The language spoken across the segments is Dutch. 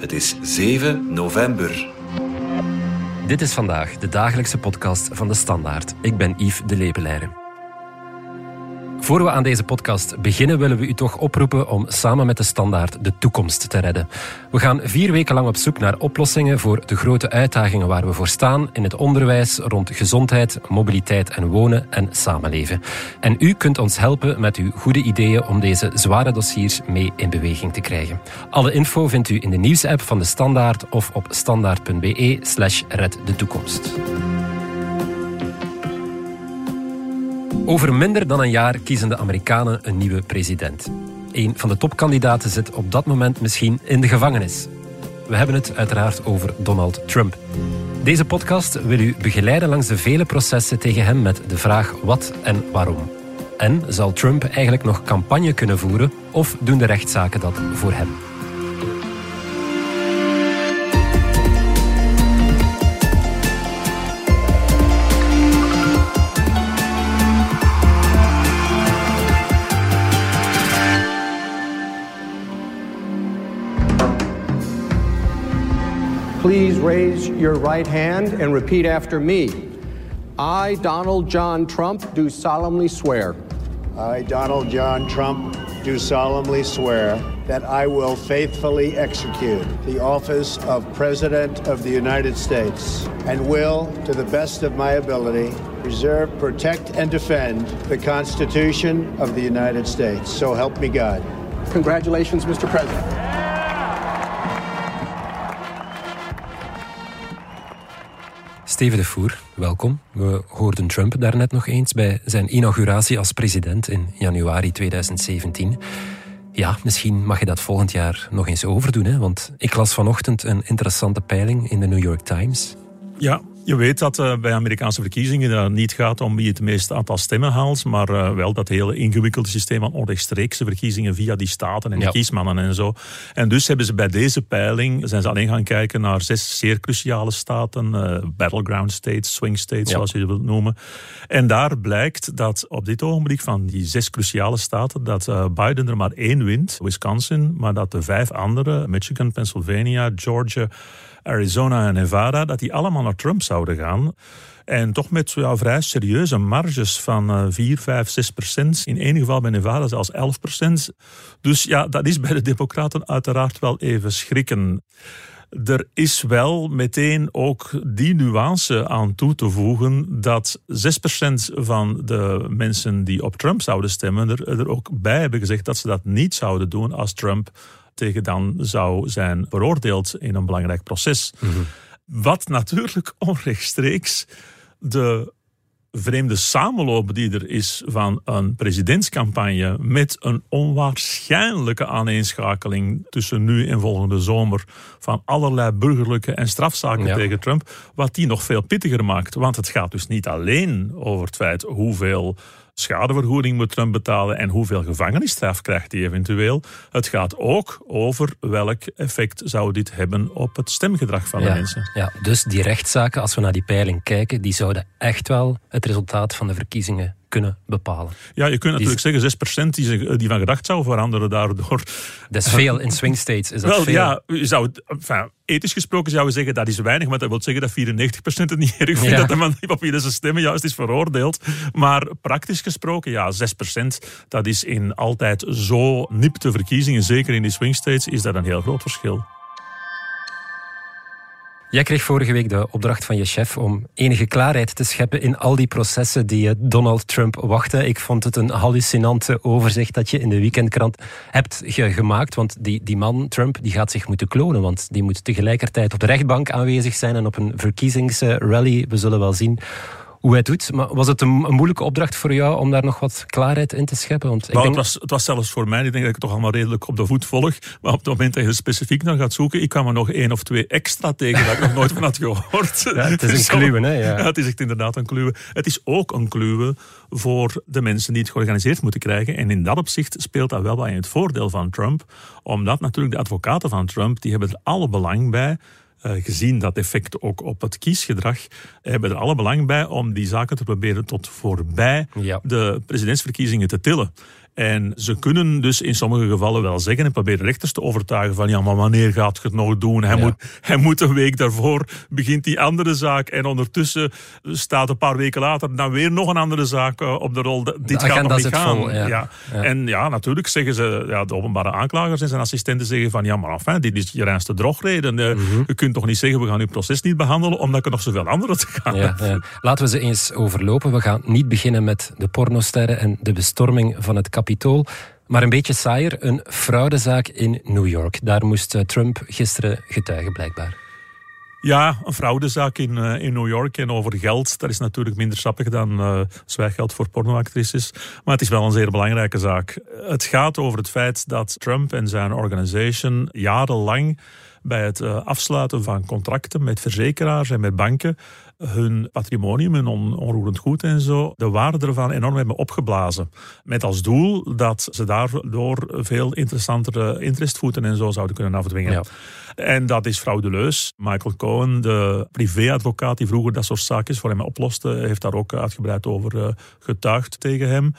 Het is 7 november. Dit is vandaag de dagelijkse podcast van De Standaard. Ik ben Yves de Lepelaere. Voor we aan deze podcast beginnen, willen we u toch oproepen om samen met De Standaard de toekomst te redden. We gaan 4 weken lang op zoek naar oplossingen voor de grote uitdagingen waar we voor staan in het onderwijs, rond gezondheid, mobiliteit en wonen en samenleven. En u kunt ons helpen met uw goede ideeën om deze zware dossiers mee in beweging te krijgen. Alle info vindt u in de nieuwsapp van De Standaard of op standaard.be/reddetoekomst. Over minder dan een jaar kiezen de Amerikanen een nieuwe president. Een van de topkandidaten zit op dat moment misschien in de gevangenis. We hebben het uiteraard over Donald Trump. Deze podcast wil u begeleiden langs de vele processen tegen hem met de vraag wat en waarom. En zal Trump eigenlijk nog campagne kunnen voeren of doen de rechtszaken dat voor hem? Please raise your right hand and repeat after me. I, Donald John Trump, do solemnly swear. I, Donald John Trump, do solemnly swear that I will faithfully execute the office of President of the United States and will, to the best of my ability, preserve, protect, and defend the Constitution of the United States. So help me God. Congratulations, Mr. President. Steven de Voer, welkom. We hoorden Trump daarnet nog eens bij zijn inauguratie als president in januari 2017. Ja, misschien mag je dat volgend jaar nog eens overdoen, hè? Want ik las vanochtend een interessante peiling in de New York Times. Ja, je weet dat bij Amerikaanse verkiezingen dat het niet gaat om wie het meeste aantal stemmen haalt, maar wel dat hele ingewikkelde systeem van onrechtstreekse verkiezingen via die staten en de kiesmannen en zo. En dus hebben ze bij deze peiling, zijn ze alleen gaan kijken naar 6 zeer cruciale staten, battleground states, swing states, zoals je het wilt noemen. En daar blijkt dat op dit ogenblik van die 6 cruciale staten, dat Biden er maar 1 wint, Wisconsin, maar dat de 5 andere, Michigan, Pennsylvania, Georgia, Arizona en Nevada, dat die allemaal naar Trump zouden gaan. En toch met vrij serieuze marges van 4, 5, 6%. In één geval bij Nevada zelfs 11%. Dus ja, dat is bij de Democraten uiteraard wel even schrikken. Er is wel meteen ook die nuance aan toe te voegen dat 6% van de mensen die op Trump zouden stemmen er ook bij hebben gezegd dat ze dat niet zouden doen als Trump tegen dan zou zijn veroordeeld in een belangrijk proces. Mm-hmm. Wat natuurlijk onrechtstreeks de vreemde samenloop die er is van een presidentscampagne met een onwaarschijnlijke aaneenschakeling tussen nu en volgende zomer van allerlei burgerlijke en strafzaken tegen Trump, wat die nog veel pittiger maakt. Want het gaat dus niet alleen over het feit hoeveel schadevergoeding moet Trump betalen en hoeveel gevangenisstraf krijgt hij eventueel. Het gaat ook over welk effect zou dit hebben op het stemgedrag van de mensen. Ja, dus die rechtszaken, als we naar die peiling kijken, die zouden echt wel het resultaat van de verkiezingen kunnen bepalen. Ja, je kunt natuurlijk zeggen 6% die van gedacht zou veranderen daardoor. Dat is veel in swing states. Is dat wel, veel? Ja, je zou ethisch gesproken zou je zeggen dat is weinig, maar dat wil zeggen dat 94% het niet erg vindt dat de man op wie ze stemmen juist is veroordeeld. Maar praktisch gesproken, ja, 6%, dat is in altijd zo nipte verkiezingen, zeker in die swing states, is dat een heel groot verschil. Jij kreeg vorige week de opdracht van je chef om enige klaarheid te scheppen in al die processen die Donald Trump wachten. Ik vond het een hallucinante overzicht dat je in de weekendkrant hebt gemaakt. Want die man, Trump, die gaat zich moeten klonen. Want die moet tegelijkertijd op de rechtbank aanwezig zijn en op een verkiezingsrally. We zullen wel zien hoe hij het doet. Maar was het een moeilijke opdracht voor jou om daar nog wat klaarheid in te scheppen? Want het was zelfs voor mij, ik denk dat ik het toch allemaal redelijk op de voet volg. Maar op het moment dat je er specifiek naar gaat zoeken, ik kwam er nog 1 of 2 extra tegen dat ik nog nooit van had gehoord. Ja, het is een kluwe, hè? Ja, het is echt inderdaad een kluwe. Het is ook een kluwe voor de mensen die het georganiseerd moeten krijgen. En in dat opzicht speelt dat wel wat in het voordeel van Trump. Omdat natuurlijk de advocaten van Trump, die hebben er alle belang bij, gezien dat effect ook op het kiesgedrag, hebben er alle belang bij om die zaken te proberen tot voorbij de presidentsverkiezingen te tillen. En ze kunnen dus in sommige gevallen wel zeggen en proberen rechters te overtuigen van ja, maar wanneer gaat je het nog doen? Hij moet een week daarvoor, begint die andere zaak en ondertussen staat een paar weken later dan weer nog een andere zaak op de rol. Dit gaat nog niet gaan. Vol, ja. En ja, natuurlijk zeggen ze, de openbare aanklagers en zijn assistenten zeggen van ja, maar enfin, dit is je reinste drogreden. Je kunt toch niet zeggen, we gaan uw proces niet behandelen, omdat er nog zoveel anderen te gaan hebben. Ja. Laten we ze eens overlopen. We gaan niet beginnen met de pornosterren en de bestorming van het Capitool, maar een beetje saaier, een fraudezaak in New York. Daar moest Trump gisteren getuigen, blijkbaar. Ja, een fraudezaak in New York en over geld. Dat is natuurlijk minder sappig dan zwijggeld voor pornoactrices. Maar het is wel een zeer belangrijke zaak. Het gaat over het feit dat Trump en zijn organisation jarenlang bij het afsluiten van contracten met verzekeraars en met banken hun patrimonium, hun onroerend goed en zo, de waarde ervan enorm hebben opgeblazen. Met als doel dat ze daardoor veel interessantere interestvoeten en zo zouden kunnen afdwingen. Ja. En dat is fraudeleus. Michael Cohen, de privéadvocaat die vroeger dat soort zaken voor hem oploste, heeft daar ook uitgebreid over getuigd tegen hem.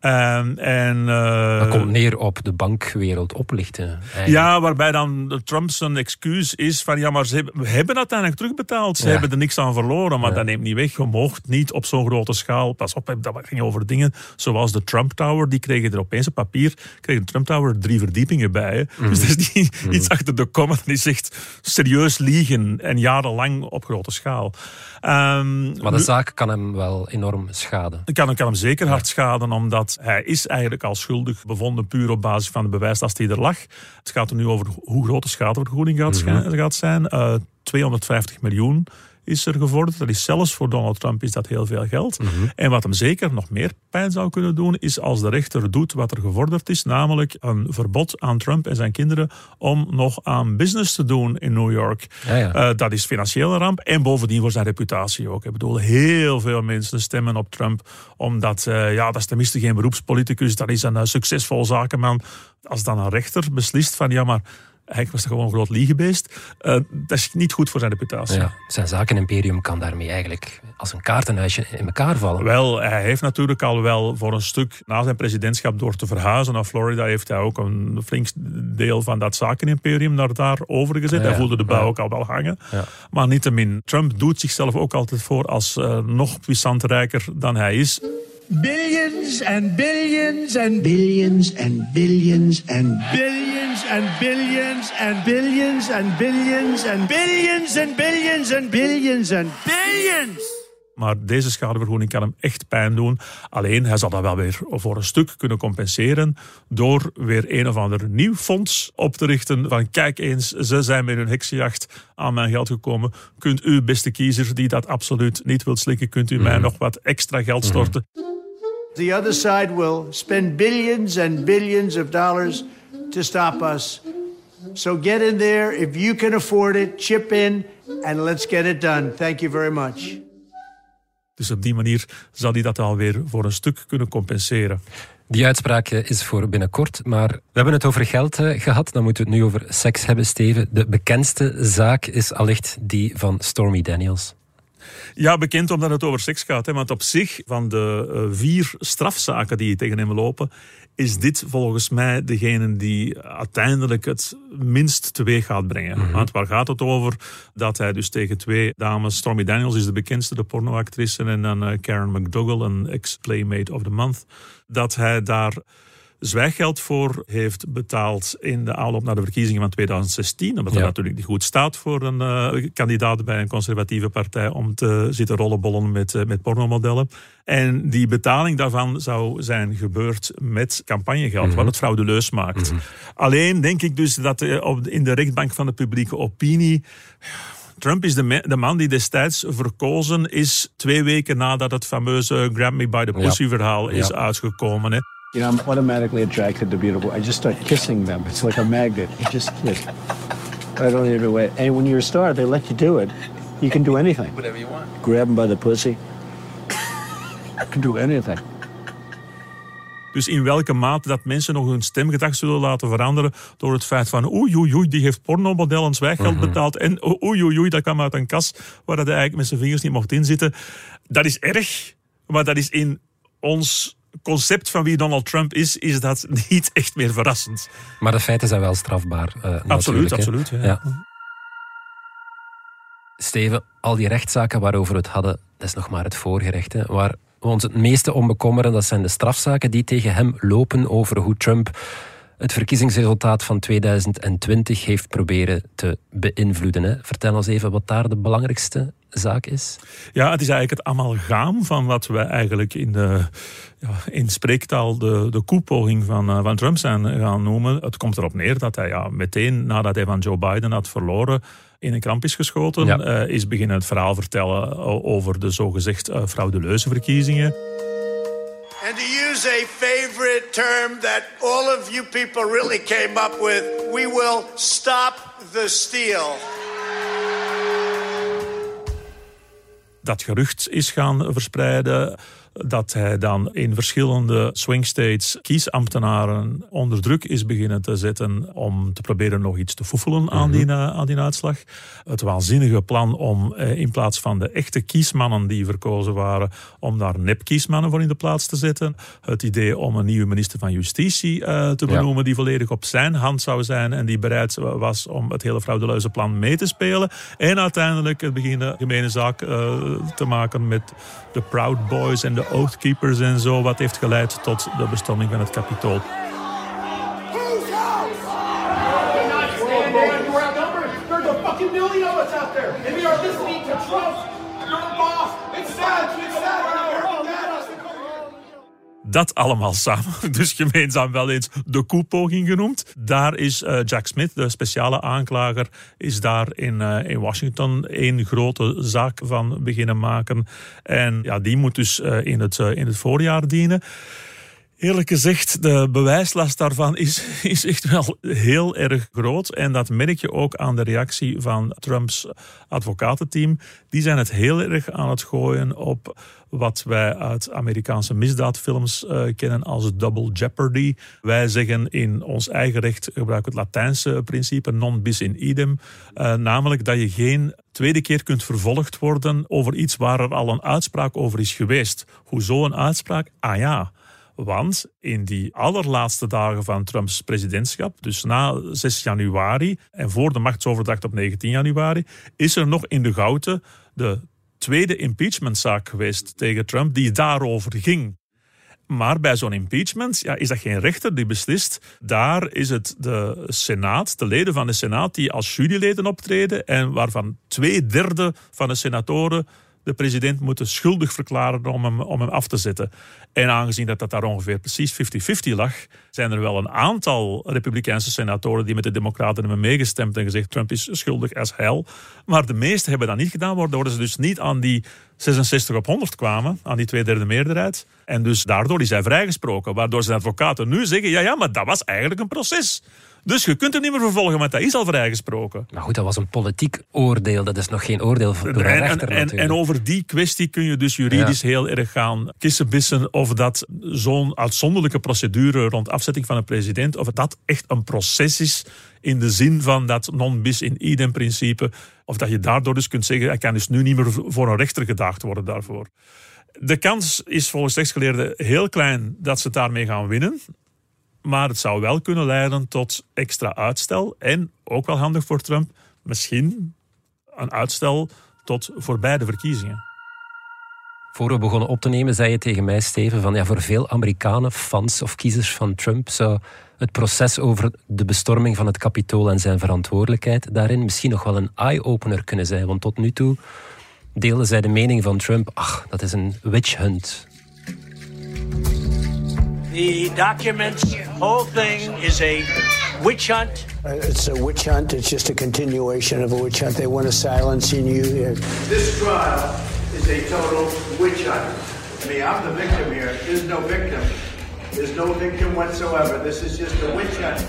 Dat komt neer op de bankwereld oplichten. Eigenlijk. Ja, waarbij dan Trump zijn excuus is van ja, maar ze hebben uiteindelijk terugbetaald. Ze hebben er niks aan verloren, maar dat neemt niet weg. Je mocht niet op zo'n grote schaal. Pas op, dat ging over dingen zoals de Trump Tower. Die kregen er opeens op papier, de Trump Tower 3 verdiepingen bij. Hè. Dus dat is niet iets achter de komma. Dat is echt serieus liegen en jarenlang op grote schaal. Maar de zaak kan hem wel enorm schaden. Kan hem zeker hard schaden, omdat hij is eigenlijk al schuldig bevonden puur op basis van de bewijslast die er lag. Het gaat er nu over hoe groot de schadevergoeding gaat zijn. 250 miljoen is er gevorderd. Dat is zelfs voor Donald Trump is dat heel veel geld. En wat hem zeker nog meer pijn zou kunnen doen, is als de rechter doet wat er gevorderd is, namelijk een verbod aan Trump en zijn kinderen om nog aan business te doen in New York. Ja. Dat is financiële ramp en bovendien voor zijn reputatie ook. Ik bedoel, heel veel mensen stemmen op Trump omdat, dat is tenminste geen beroepspoliticus, dat is een succesvol zakenman. Als dan een rechter beslist van ja, maar eigenlijk was het gewoon een groot liegebeest. Dat is niet goed voor zijn reputatie. Ja, zijn zakenimperium kan daarmee eigenlijk als een kaartenhuisje in elkaar vallen. Wel, hij heeft natuurlijk al wel voor een stuk na zijn presidentschap door te verhuizen naar Florida, heeft hij ook een flink deel van dat zakenimperium naar daar overgezet. Hij voelde de bui ook al wel hangen. Ja. Maar niettemin, Trump doet zichzelf ook altijd voor als nog puissant rijker dan hij is. Billions and billions and billions and billions and billions and billions and billions and billions and billions and billions and billions and billions. Maar deze schadevergoeding kan hem echt pijn doen. Alleen, hij zal dat wel weer voor een stuk kunnen compenseren door weer een of ander nieuw fonds op te richten. Van kijk eens, ze zijn met hun heksenjacht aan mijn geld gekomen. Kunt u, beste kiezer, die dat absoluut niet wilt slikken, kunt u mij nog wat extra geld storten? The other side will spend billions and billions of dollars to stop us. So get in there. If you can afford it, chip in and let's get it done. Thank you very much. Dus op die manier zal hij dat alweer voor een stuk kunnen compenseren. Die uitspraak is voor binnenkort, maar we hebben het over geld gehad. Dan moeten we het nu over seks hebben, Steven. De bekendste zaak is allicht die van Stormy Daniels. Ja, bekend omdat het over seks gaat. Hè? Want op zich, van de 4 strafzaken die tegen hem lopen, is dit volgens mij degene die uiteindelijk het minst teweeg gaat brengen. Want waar gaat het over? Dat hij dus tegen 2 dames, Stormy Daniels is de bekendste, de pornoactrice, en dan Karen McDougal, een ex-Playmate of the Month, dat hij daar zwijggeld voor heeft betaald in de aanloop naar de verkiezingen van 2016. Omdat dat natuurlijk niet goed staat voor een kandidaat bij een conservatieve partij om te zitten rollenbollen met pornomodellen. En die betaling daarvan zou zijn gebeurd met campagnegeld, wat het fraudeleus maakt. Alleen denk ik dus dat in de rechtbank van de publieke opinie, Trump is de man die destijds verkozen is 2 weken nadat het fameuze Grab Me by the Pussy verhaal is uitgekomen. Hè. You know, I'm automatically attracted to beautiful. I just start kissing them. It's like a magnet. You just kiss. I don't even way. And when you're a star, they let you do it. You can do anything. Whatever you want. Grab them by the pussy. You can do anything. Dus in welke mate dat mensen nog hun stemgedrag zullen laten veranderen door het feit van oei, die heeft pornomodellen zwijggeld betaald en oei, dat kwam uit een kas waar hij eigenlijk met zijn vingers niet mocht inzitten. Dat is erg, maar dat is in ons concept van wie Donald Trump is dat niet echt meer verrassend. Maar de feiten zijn wel strafbaar. Absoluut. Ja. Steven, al die rechtszaken waarover we het hadden, dat is nog maar het voorgerecht. Hè. Waar we ons het meeste om bekommeren, dat zijn de strafzaken die tegen hem lopen over hoe Trump het verkiezingsresultaat van 2020 heeft proberen te beïnvloeden. Hè. Vertel ons even wat daar de belangrijkste zaak is. Ja, het is eigenlijk het amalgaam van wat wij eigenlijk in spreektaal de koepoging van Trump zijn gaan noemen. Het komt erop neer dat hij meteen nadat hij van Joe Biden had verloren in een kramp is geschoten, is beginnen het verhaal vertellen over de zogezegd frauduleuze verkiezingen. And to use a favorite term that all of you people really came up with, we will stop the steal. Dat gerucht is gaan verspreiden dat hij dan in verschillende swing states kiesambtenaren onder druk is beginnen te zetten om te proberen nog iets te foefelen aan die uitslag. Het waanzinnige plan om in plaats van de echte kiesmannen die verkozen waren, om daar nepkiesmannen voor in de plaats te zetten. Het idee om een nieuwe minister van Justitie te benoemen die volledig op zijn hand zou zijn en die bereid was om het hele frauduleuze plan mee te spelen. En uiteindelijk het beginnen gemene zaak te maken met de Proud Boys en de Oath Keepers en zo, wat heeft geleid tot de bestorming van het Capitool. Dat allemaal samen, dus gemeenzaam wel eens de koepoging genoemd. Daar is Jack Smith, de speciale aanklager, is daar in Washington één grote zaak van beginnen maken. En ja, die moet dus in het voorjaar dienen. Eerlijk gezegd, de bewijslast daarvan is echt wel heel erg groot. En dat merk je ook aan de reactie van Trumps advocatenteam. Die zijn het heel erg aan het gooien op wat wij uit Amerikaanse misdaadfilms kennen als double jeopardy. Wij zeggen in ons eigen recht, gebruiken het Latijnse principe non bis in idem. Namelijk dat je geen tweede keer kunt vervolgd worden over iets waar er al een uitspraak over is geweest. Hoezo een uitspraak? Ah ja. Want in die allerlaatste dagen van Trumps presidentschap, dus na 6 januari en voor de machtsoverdracht op 19 januari, is er nog in de Gouten de tweede impeachmentzaak geweest tegen Trump die daarover ging. Maar bij zo'n impeachment is dat geen rechter die beslist. Daar is het de Senaat, de leden van de Senaat, die als juryleden optreden en waarvan 2/3 van de senatoren de president moeten schuldig verklaren om hem af te zetten. En aangezien dat daar ongeveer precies 50-50 lag, zijn er wel een aantal Republikeinse senatoren die met de Democraten hebben meegestemd en gezegd Trump is schuldig as hell. Maar de meesten hebben dat niet gedaan, waardoor ze dus niet aan die 66-100 kwamen, aan die 2/3 meerderheid. En dus daardoor is hij vrijgesproken, waardoor zijn advocaten nu zeggen, ja, maar dat was eigenlijk een proces. Dus je kunt hem niet meer vervolgen, want hij is al vrijgesproken. Maar goed, dat was een politiek oordeel. Dat is nog geen oordeel door een rechter natuurlijk. En over die kwestie kun je dus juridisch heel erg gaan kissenbissen of dat zo'n uitzonderlijke procedure rond afzetting van een president, of dat echt een proces is in de zin van dat non bis in idem principe, of dat je daardoor dus kunt zeggen, hij kan dus nu niet meer voor een rechter gedaagd worden daarvoor. De kans is volgens rechtsgeleerden heel klein dat ze daarmee gaan winnen. Maar het zou wel kunnen leiden tot extra uitstel. En, ook wel handig voor Trump, misschien een uitstel tot voorbij de verkiezingen. Voor we begonnen op te nemen, zei je tegen mij, Steven, van voor veel Amerikanen, fans of kiezers van Trump, zou het proces over de bestorming van het Capitool en zijn verantwoordelijkheid daarin misschien nog wel een eye-opener kunnen zijn. Want tot nu toe deelden zij de mening van Trump, dat is een witch hunt. The documents, whole thing is a witch hunt. It's a witch hunt. It's just a continuation of a witch hunt. They want to silence you. This trial is a total witch hunt. I mean, I'm the victim here. There's no victim. There's no victim whatsoever. This is just a witch hunt.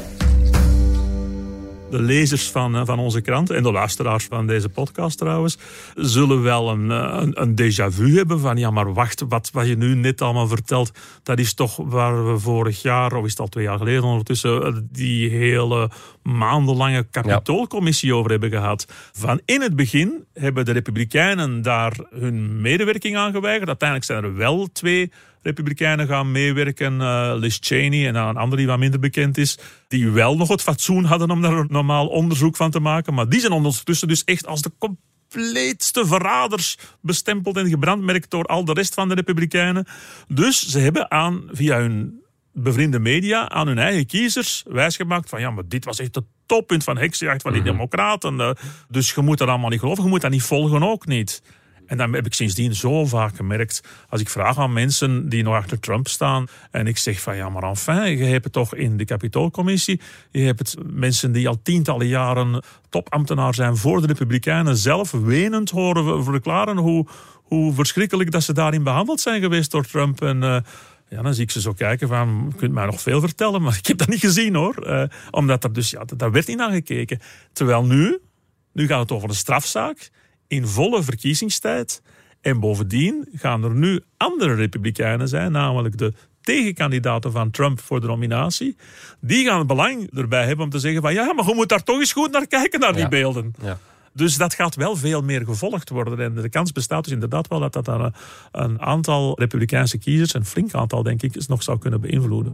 De lezers van onze krant en de luisteraars van deze podcast trouwens, zullen wel een déjà vu hebben van maar wacht, wat je nu net allemaal vertelt, dat is toch waar we vorig jaar, of is het al 2 jaar geleden ondertussen, die hele maandenlange Capitoolcommissie over hebben gehad. Van in het begin hebben de Republikeinen daar hun medewerking aan geweigerd. Uiteindelijk zijn er wel 2 republikeinen gaan meewerken. Liz Cheney en een andere die wat minder bekend is. Die wel nog het fatsoen hadden om daar een normaal onderzoek van te maken. Maar die zijn ondertussen dus echt als de compleetste verraders bestempeld en gebrandmerkt door al de rest van de republikeinen. Dus ze hebben via hun bevriende media aan hun eigen kiezers wijsgemaakt van ja, maar dit was echt het toppunt van heksenjacht van die democraten. Dus je moet dat allemaal niet geloven, je moet dat niet volgen ook niet. En dat heb ik sindsdien zo vaak gemerkt. Als ik vraag aan mensen die nog achter Trump staan en ik zeg van ja, maar enfin, je hebt het toch in de Capitoolcommissie, je hebt het mensen die al tientallen jaren topambtenaar zijn voor de republikeinen zelf wenend horen verklaren hoe verschrikkelijk dat ze daarin behandeld zijn geweest door Trump. En ja, dan zie ik ze zo kijken van, je kunt mij nog veel vertellen, maar ik heb dat niet gezien hoor. Omdat er dus, daar werd niet naar gekeken. Terwijl nu gaat het over een strafzaak in volle verkiezingstijd. En bovendien gaan er nu andere republikeinen zijn, namelijk de tegenkandidaten van Trump voor de nominatie. Die gaan het belang erbij hebben om te zeggen van ja, maar je moet daar toch eens goed naar kijken, naar die beelden. Ja. Dus dat gaat wel veel meer gevolgd worden. En de kans bestaat dus inderdaad wel dat een aantal republikeinse kiezers, een flink aantal denk ik, nog zou kunnen beïnvloeden.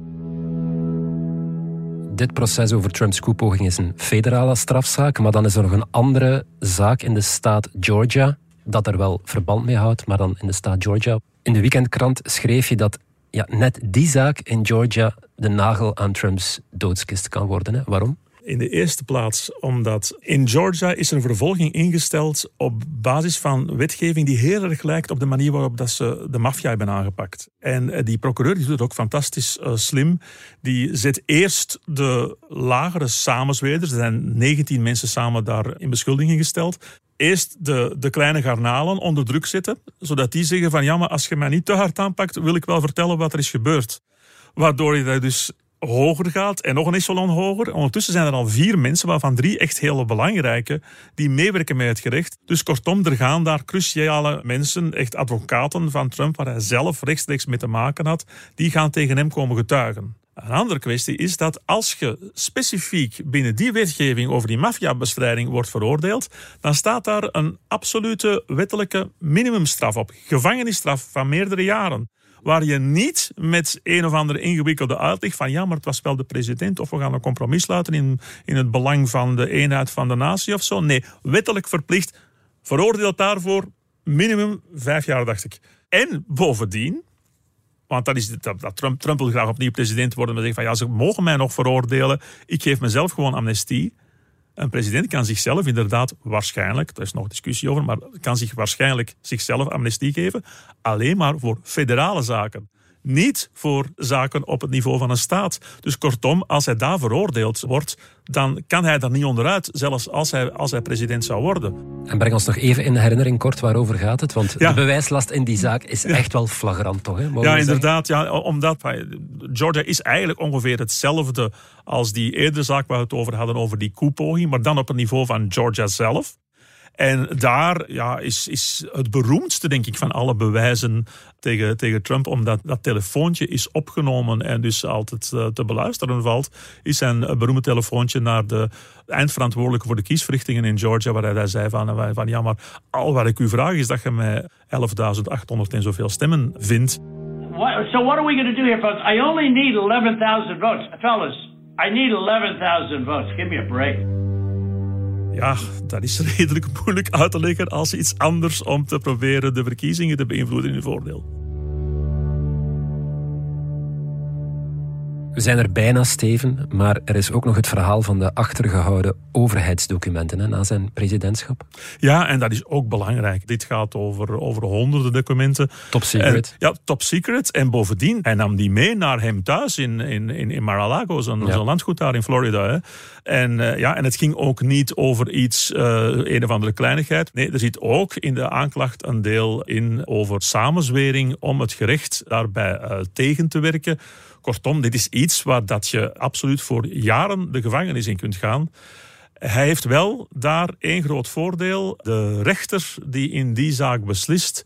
Dit proces over Trumps koepoging is een federale strafzaak, maar dan is er nog een andere zaak in de staat Georgia, dat er wel verband mee houdt, maar dan in de staat Georgia. In de weekendkrant schreef je dat net die zaak in Georgia de nagel aan Trumps doodskist kan worden. Hè? Waarom? In de eerste plaats omdat in Georgia is er een vervolging ingesteld op basis van wetgeving die heel erg lijkt op de manier waarop dat ze de maffia hebben aangepakt. En die procureur die doet het ook fantastisch slim. Die zet eerst de lagere samenzweerders, er zijn 19 mensen samen daar in beschuldiging gesteld, eerst de kleine garnalen onder druk zetten, zodat die zeggen van ja, maar als je mij niet te hard aanpakt, wil ik wel vertellen wat er is gebeurd. Waardoor je dat dus hoger gaat en nog een echelon hoger. Ondertussen zijn er al 4 mensen, waarvan 3 echt hele belangrijke, die meewerken met het gerecht. Dus kortom, er gaan daar cruciale mensen, echt advocaten van Trump, waar hij zelf rechtstreeks mee te maken had, die gaan tegen hem komen getuigen. Een andere kwestie is dat als je specifiek binnen die wetgeving over die maffiabestrijding wordt veroordeeld, dan staat daar een absolute wettelijke minimumstraf op. Gevangenisstraf van meerdere jaren. Waar je niet met een of andere ingewikkelde uitleg van ja, maar het was wel de president of we gaan een compromis sluiten in het belang van de eenheid van de natie of zo. Nee, wettelijk verplicht, veroordeeld daarvoor minimum 5 jaar, dacht ik. En bovendien, want dat Trump wil graag opnieuw president worden, maar zegt van ja, ze mogen mij nog veroordelen, ik geef mezelf gewoon amnestie. Een president kan zichzelf inderdaad waarschijnlijk, daar is nog discussie over, maar kan zich waarschijnlijk zichzelf amnestie geven, alleen maar voor federale zaken. Niet voor zaken op het niveau van een staat. Dus kortom, als hij daar veroordeeld wordt, dan kan hij daar niet onderuit, zelfs als hij president zou worden. En breng ons nog even in herinnering kort waarover gaat het, want de bewijslast in die zaak is echt wel flagrant, toch? Hè? Ja, inderdaad. Ja, omdat Georgia is eigenlijk ongeveer hetzelfde als die eerdere zaak waar we het over hadden, over die koepoging, maar dan op het niveau van Georgia zelf. En daar is het beroemdste, denk ik, van alle bewijzen tegen Trump, omdat dat telefoontje is opgenomen en dus altijd te beluisteren valt, is zijn beroemde telefoontje naar de eindverantwoordelijke voor de kiesverrichtingen in Georgia, waar hij zei van ja, maar al wat ik u vraag is dat je mij 11.800 en zoveel stemmen vindt. So what are we going to do here, folks? I only need 11,000 votes. Fellas, I need 11,000 votes. Give me a break. Ja, dat is redelijk moeilijk uit te leggen als iets anders om te proberen de verkiezingen te beïnvloeden in hun voordeel. We zijn er bijna, Steven, maar er is ook nog het verhaal van de achtergehouden overheidsdocumenten na zijn presidentschap. Ja, en dat is ook belangrijk. Dit gaat over honderden documenten. Top secret. Top secret. En bovendien, hij nam die mee naar hem thuis in Mar-a-Lago, zo'n landgoed daar in Florida. Hè. En het ging ook niet over iets, een of andere kleinigheid. Nee, er zit ook in de aanklacht een deel in over samenzwering om het gerecht daarbij tegen te werken. Kortom, dit is iets waar dat je absoluut voor jaren de gevangenis in kunt gaan. Hij heeft wel daar één groot voordeel. De rechter die in die zaak beslist,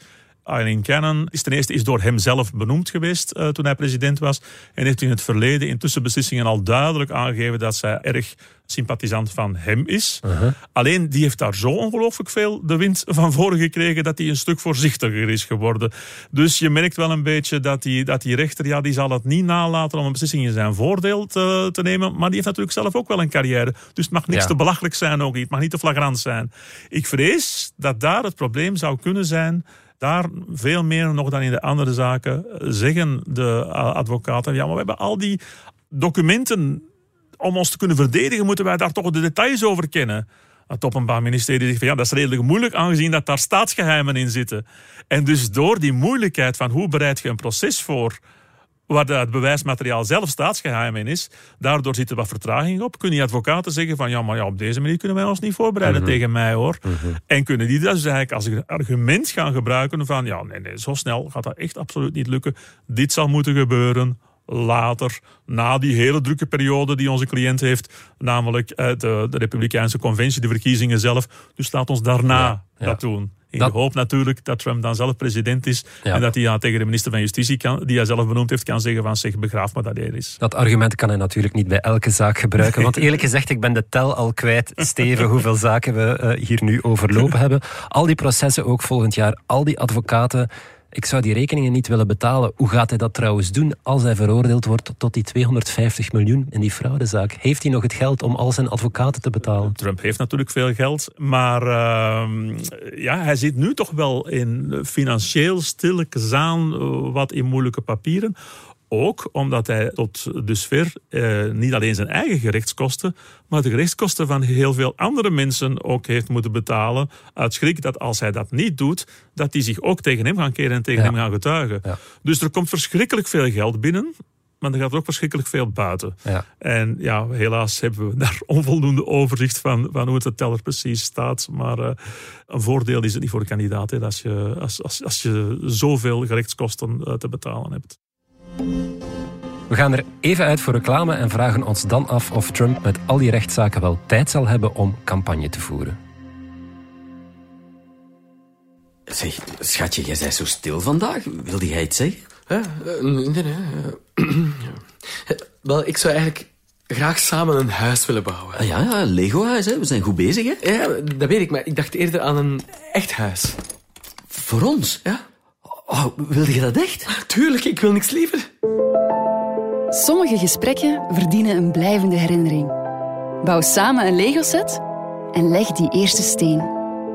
Eileen Cannon is ten eerste door hem zelf benoemd geweest toen hij president was. En heeft in het verleden in tussenbeslissingen al duidelijk aangegeven dat zij erg sympathisant van hem is. Alleen die heeft daar zo ongelooflijk veel de wind van voren gekregen dat hij een stuk voorzichtiger is geworden. Dus je merkt wel een beetje dat die rechter, die zal het niet nalaten om een beslissing in zijn voordeel te nemen. Maar die heeft natuurlijk zelf ook wel een carrière. Dus het mag niks te belachelijk zijn ook niet. Het mag niet te flagrant zijn. Ik vrees dat daar het probleem zou kunnen zijn. Daar veel meer nog dan in de andere zaken zeggen de advocaten. Ja, maar we hebben al die documenten. Om ons te kunnen verdedigen moeten wij daar toch de details over kennen. Het Openbaar Ministerie zegt van dat is redelijk moeilijk aangezien dat daar staatsgeheimen in zitten. En dus door die moeilijkheid van hoe bereid je een proces voor waar het bewijsmateriaal zelf staatsgeheim in is, daardoor zit er wat vertraging op. Kunnen die advocaten zeggen van op deze manier kunnen wij ons niet voorbereiden tegen mij hoor. En kunnen die dus eigenlijk als argument gaan gebruiken van nee, zo snel gaat dat echt absoluut niet lukken. Dit zal moeten gebeuren later, na die hele drukke periode die onze cliënt heeft, namelijk de Republikeinse Conventie, de verkiezingen zelf. Dus laat ons daarna dat doen. In de hoop natuurlijk dat Trump dan zelf president is en dat hij tegen de minister van Justitie, die hij zelf benoemd heeft, kan zeggen van begraaf maar dat hij er is. Dat argument kan hij natuurlijk niet bij elke zaak gebruiken, want eerlijk gezegd, ik ben de tel al kwijt, Steven, hoeveel zaken we hier nu overlopen hebben. Al die processen ook volgend jaar, al die advocaten. Ik zou die rekeningen niet willen betalen. Hoe gaat hij dat trouwens doen als hij veroordeeld wordt tot die 250 miljoen in die fraudezaak? Heeft hij nog het geld om al zijn advocaten te betalen? Trump heeft natuurlijk veel geld, maar hij zit nu toch wel in financieel stilletjes aan wat in moeilijke papieren. Ook omdat hij tot dusver niet alleen zijn eigen gerechtskosten, maar de gerechtskosten van heel veel andere mensen ook heeft moeten betalen. Uit schrik dat als hij dat niet doet, dat die zich ook tegen hem gaan keren en tegen hem gaan getuigen. Ja. Dus er komt verschrikkelijk veel geld binnen, maar er gaat ook verschrikkelijk veel buiten. Ja. En helaas hebben we daar onvoldoende overzicht van hoe het de teller precies staat. Maar een voordeel is het niet voor de kandidaat, hè, als je zoveel gerechtskosten te betalen hebt. We gaan er even uit voor reclame en vragen ons dan af of Trump met al die rechtszaken wel tijd zal hebben om campagne te voeren. Zeg, schatje, jij bent zo stil vandaag. Wilde jij iets zeggen? Nee. Wel, ik zou eigenlijk graag samen een huis willen bouwen. Ja, een Lego-huis, hè? We zijn goed bezig, hè? Ja, dat weet ik, maar ik dacht eerder aan een echt huis. Voor ons? Ja. Oh, wilde je dat echt? Tuurlijk, ik wil niks liever. Sommige gesprekken verdienen een blijvende herinnering. Bouw samen een Lego-set en leg die eerste steen.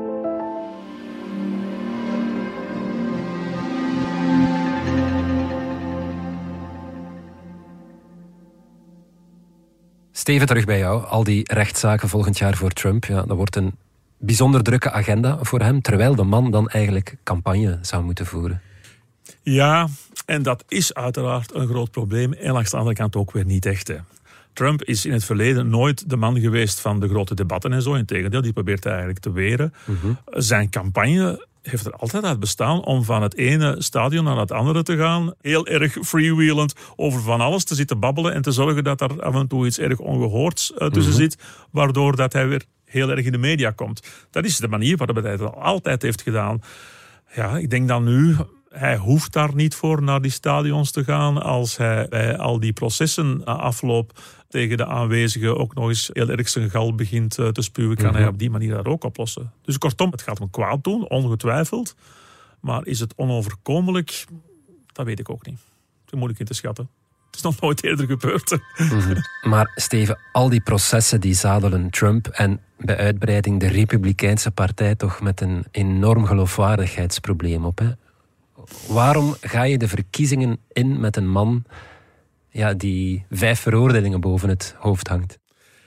Steven, terug bij jou. Al die rechtszaken volgend jaar voor Trump, dat wordt een bijzonder drukke agenda voor hem, terwijl de man dan eigenlijk campagne zou moeten voeren. Ja, en dat is uiteraard een groot probleem. En langs de andere kant ook weer niet echt. Hè. Trump is in het verleden nooit de man geweest van de grote debatten en zo. Integendeel, die probeert hij eigenlijk te weren. Zijn campagne heeft er altijd uit bestaan om van het ene stadion naar het andere te gaan. Heel erg freewheelend over van alles te zitten babbelen en te zorgen dat er af en toe iets erg ongehoords tussen zit, waardoor dat hij weer heel erg in de media komt. Dat is de manier waarop hij het altijd heeft gedaan. Ja, ik denk dan nu, hij hoeft daar niet voor naar die stadions te gaan. Als hij bij al die processen afloop tegen de aanwezigen ook nog eens heel erg zijn gal begint te spuwen, kan hij op die manier dat ook oplossen. Dus kortom, het gaat hem kwaad doen, ongetwijfeld. Maar is het onoverkomelijk? Dat weet ik ook niet. Het is moeilijk in te schatten. Het is nog nooit eerder gebeurd. Maar Steven, al die processen die zadelen Trump en bij uitbreiding de Republikeinse partij toch met een enorm geloofwaardigheidsprobleem op. Hè? Waarom ga je de verkiezingen in met een man die 5 veroordelingen boven het hoofd hangt?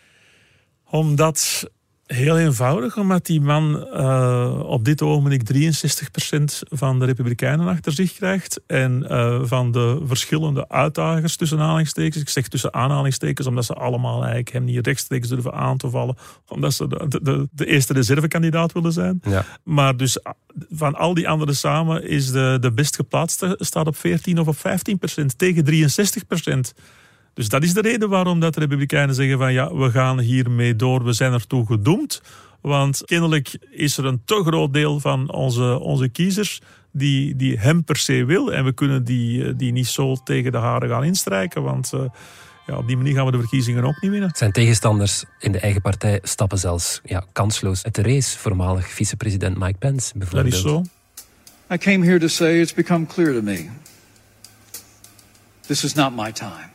Heel eenvoudig, omdat die man op dit ogenblik 63% van de Republikeinen achter zich krijgt. En van de verschillende uitdagers tussen aanhalingstekens. Ik zeg tussen aanhalingstekens, omdat ze allemaal eigenlijk hem niet rechtstreeks durven aan te vallen. Omdat ze de eerste reservekandidaat willen zijn. Ja. Maar dus van al die anderen samen is de best geplaatste staat op 14 of op 15% tegen 63%. Dus dat is de reden waarom dat de Republikeinen zeggen van we gaan hiermee door, we zijn ertoe gedoemd. Want kennelijk is er een te groot deel van onze kiezers die hem per se wil. En we kunnen die niet zo tegen de haren gaan instrijken, want op die manier gaan we de verkiezingen ook niet winnen. Zijn tegenstanders in de eigen partij stappen zelfs kansloos uit de race. Voormalig vicepresident Mike Pence bijvoorbeeld. Dat is zo. I came here to say it's become clear to me. This is not my time.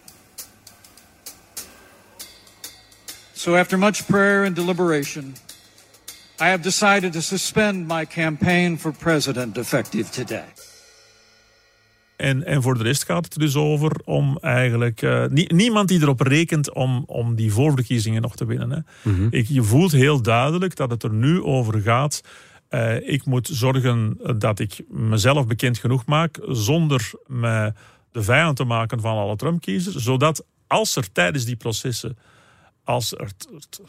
So after much prayer and deliberation, I have decided to suspend my campaign for president effective today. En voor de rest gaat het er dus over om eigenlijk niemand die erop rekent om die voorverkiezingen nog te winnen. Hè. Mm-hmm. Je voelt heel duidelijk dat het er nu over gaat. Ik moet zorgen dat ik mezelf bekend genoeg maak zonder me de vijand te maken van alle Trump-kiezers. Zodat als er tijdens die processen, als het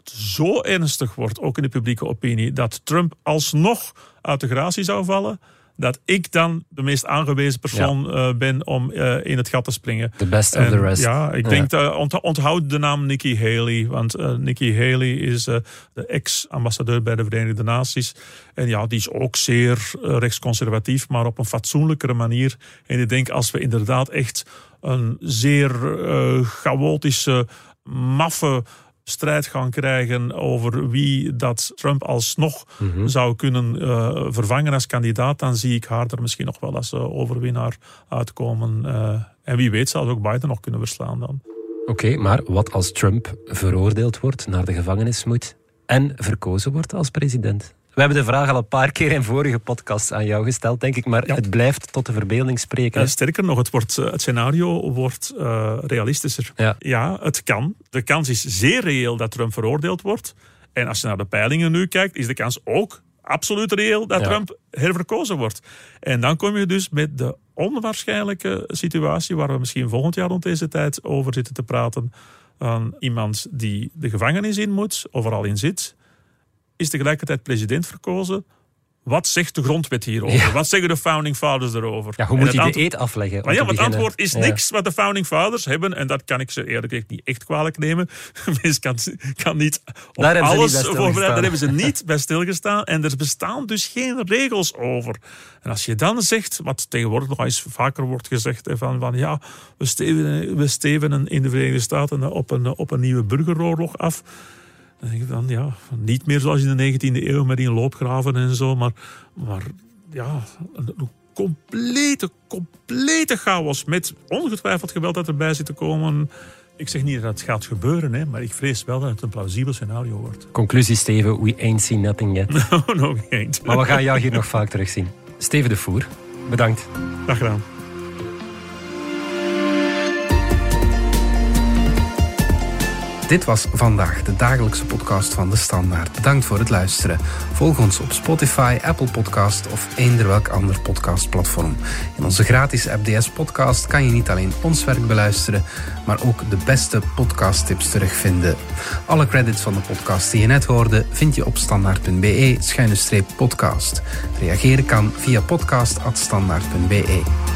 zo ernstig wordt, ook in de publieke opinie, dat Trump alsnog uit de gratie zou vallen, dat ik dan de meest aangewezen persoon ben om in het gat te springen. The best of the rest. Ja, ik denk, onthoud de naam Nikki Haley. Want Nikki Haley is de ex-ambassadeur bij de Verenigde Naties. En ja, die is ook zeer rechtsconservatief, maar op een fatsoenlijkere manier. En ik denk, als we inderdaad echt een zeer chaotische, maffe strijd gaan krijgen over wie dat Trump alsnog zou kunnen vervangen als kandidaat, dan zie ik haar er misschien nog wel als overwinnaar uitkomen. En wie weet zal ook Biden nog kunnen verslaan dan. Oké, maar wat als Trump veroordeeld wordt, naar de gevangenis moet en verkozen wordt als president? We hebben de vraag al een paar keer in vorige podcasts aan jou gesteld, denk ik, maar het blijft tot de verbeelding spreken. Sterker nog, het scenario wordt realistischer. Ja, het kan. De kans is zeer reëel dat Trump veroordeeld wordt. En als je naar de peilingen nu kijkt, is de kans ook absoluut reëel dat Trump herverkozen wordt. En dan kom je dus met de onwaarschijnlijke situatie, waar we misschien volgend jaar rond deze tijd over zitten te praten, aan iemand die de gevangenis in moet, overal in zit, is tegelijkertijd president verkozen. Wat zegt de grondwet hierover? Ja. Wat zeggen de founding fathers erover? Ja, hoe moet hij de eed afleggen? Maar het antwoord is niks wat de founding fathers hebben. En dat kan ik ze eerlijk gezegd niet echt kwalijk nemen. Mensen kan niet op alles voorbereiden. Daar hebben ze niet bij stilgestaan. En er bestaan dus geen regels over. En als je dan zegt, wat tegenwoordig nog eens vaker wordt gezegd, van ja, we stevenen in de Verenigde Staten op een nieuwe burgeroorlog af. Dan denk ik dan, ja, niet meer zoals in de 19e eeuw met die loopgraven en zo, maar ja, een complete chaos met ongetwijfeld geweld dat erbij zit te komen. Ik zeg niet dat het gaat gebeuren, hè, maar ik vrees wel dat het een plausibel scenario wordt. Conclusie, Steven, we ain't seen nothing yet. No, we ain't. Maar we gaan jou hier nog vaak terugzien. Steven de Voer, bedankt. Dag gedaan. Dit was Vandaag, de dagelijkse podcast van De Standaard. Bedankt voor het luisteren. Volg ons op Spotify, Apple Podcast of eender welk ander podcastplatform. In onze gratis app DS Podcast kan je niet alleen ons werk beluisteren, maar ook de beste podcasttips terugvinden. Alle credits van de podcast die je net hoorde vind je op standaard.be/podcast. Reageren kan via podcast@standaard.be.